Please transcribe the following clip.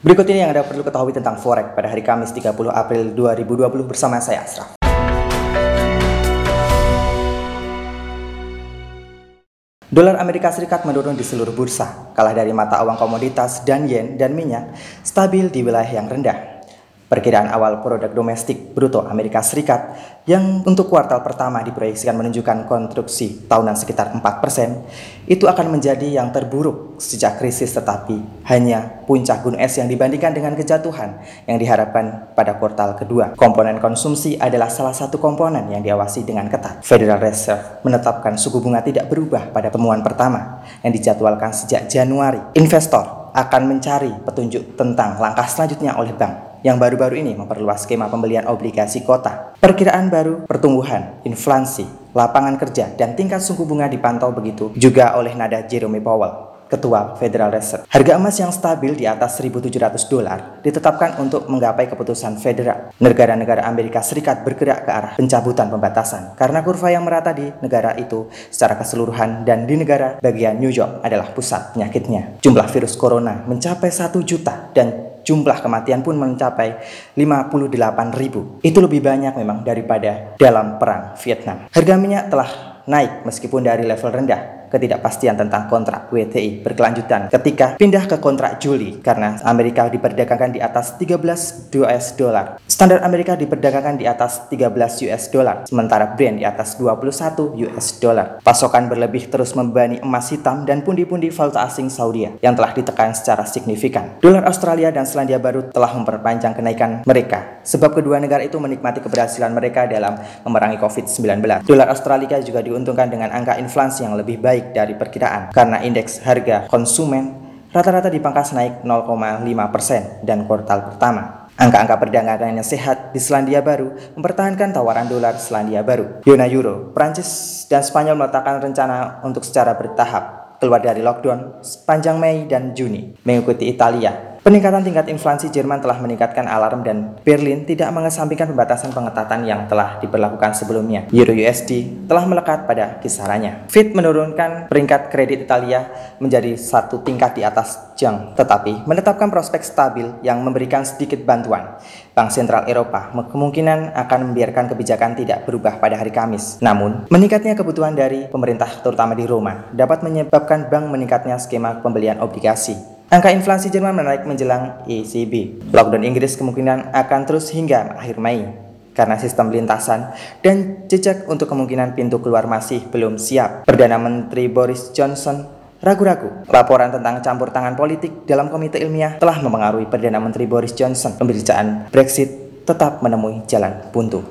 Berikut ini yang Anda perlu ketahui tentang Forex pada hari Kamis 30 April 2020 bersama saya Asraf. Dolar Amerika Serikat menurun di seluruh bursa, kalah dari mata uang komoditas dan yen dan minyak, stabil di wilayah yang rendah. Perkiraan awal produk domestik bruto Amerika Serikat yang untuk kuartal pertama diproyeksikan menunjukkan konstruksi tahunan sekitar 4%, itu akan menjadi yang terburuk sejak krisis, tetapi hanya puncak gunung es yang dibandingkan dengan kejatuhan yang diharapkan pada kuartal kedua. Komponen konsumsi adalah salah satu komponen yang diawasi dengan ketat. Federal Reserve menetapkan suku bunga tidak berubah pada pertemuan pertama yang dijadwalkan sejak Januari. Investor akan mencari petunjuk tentang langkah selanjutnya oleh bank yang baru-baru ini memperluas skema pembelian obligasi kota. Perkiraan baru pertumbuhan, inflasi, lapangan kerja, dan tingkat suku bunga dipantau begitu juga oleh nada Jerome Powell, Ketua Federal Reserve. Harga emas yang stabil di atas $1.700 ditetapkan untuk menggapai keputusan federal. Negara-negara Amerika Serikat bergerak ke arah pencabutan pembatasan karena kurva yang merata di negara itu secara keseluruhan, dan di negara bagian New York adalah pusat penyakitnya. Jumlah virus corona mencapai 1 juta dan jumlah kematian pun mencapai 58.000. Itu lebih banyak memang daripada dalam perang Vietnam. Harga minyak telah naik meskipun dari level rendah. Ketidakpastian tentang kontrak WTI berkelanjutan ketika pindah ke kontrak Juli karena Amerika diperdagangkan di atas $13. Standar Amerika diperdagangkan di atas $13, sementara Brent di atas $21. Pasokan berlebih terus membebani emas hitam dan pundi-pundi valuta asing Saudi yang telah ditekan secara signifikan. Dolar Australia dan Selandia Baru telah memperpanjang kenaikan mereka sebab kedua negara itu menikmati keberhasilan mereka dalam memerangi COVID-19. Dolar Australia juga diuntungkan dengan angka inflasi yang lebih baik dari perkiraan karena indeks harga konsumen rata-rata dipangkas naik 0,5% dan kuartal pertama. Angka-angka perdagangan yang sehat di Selandia Baru mempertahankan tawaran dolar Selandia Baru. Zona euro, Prancis dan Spanyol meletakkan rencana untuk secara bertahap keluar dari lockdown sepanjang Mei dan Juni. Mengikuti Italia, peningkatan tingkat inflasi Jerman telah meningkatkan alarm dan Berlin tidak mengesampingkan pembatasan pengetatan yang telah diberlakukan sebelumnya. Euro USD telah melekat pada kisarannya. Fitch menurunkan peringkat kredit Italia menjadi satu tingkat di atas Jeng, tetapi menetapkan prospek stabil yang memberikan sedikit bantuan. Bank Sentral Eropa kemungkinan akan membiarkan kebijakan tidak berubah pada hari Kamis. Namun, meningkatnya kebutuhan dari pemerintah terutama di Roma dapat menyebabkan bank meningkatnya skema pembelian obligasi. Angka inflasi Jerman menaik menjelang ECB. Lockdown Inggris kemungkinan akan terus hingga akhir Mei karena sistem lintasan dan jejak untuk kemungkinan pintu keluar masih belum siap. Perdana Menteri Boris Johnson ragu-ragu. Laporan tentang campur tangan politik dalam komite ilmiah telah mempengaruhi Perdana Menteri Boris Johnson. Pembicaraan Brexit tetap menemui jalan buntu.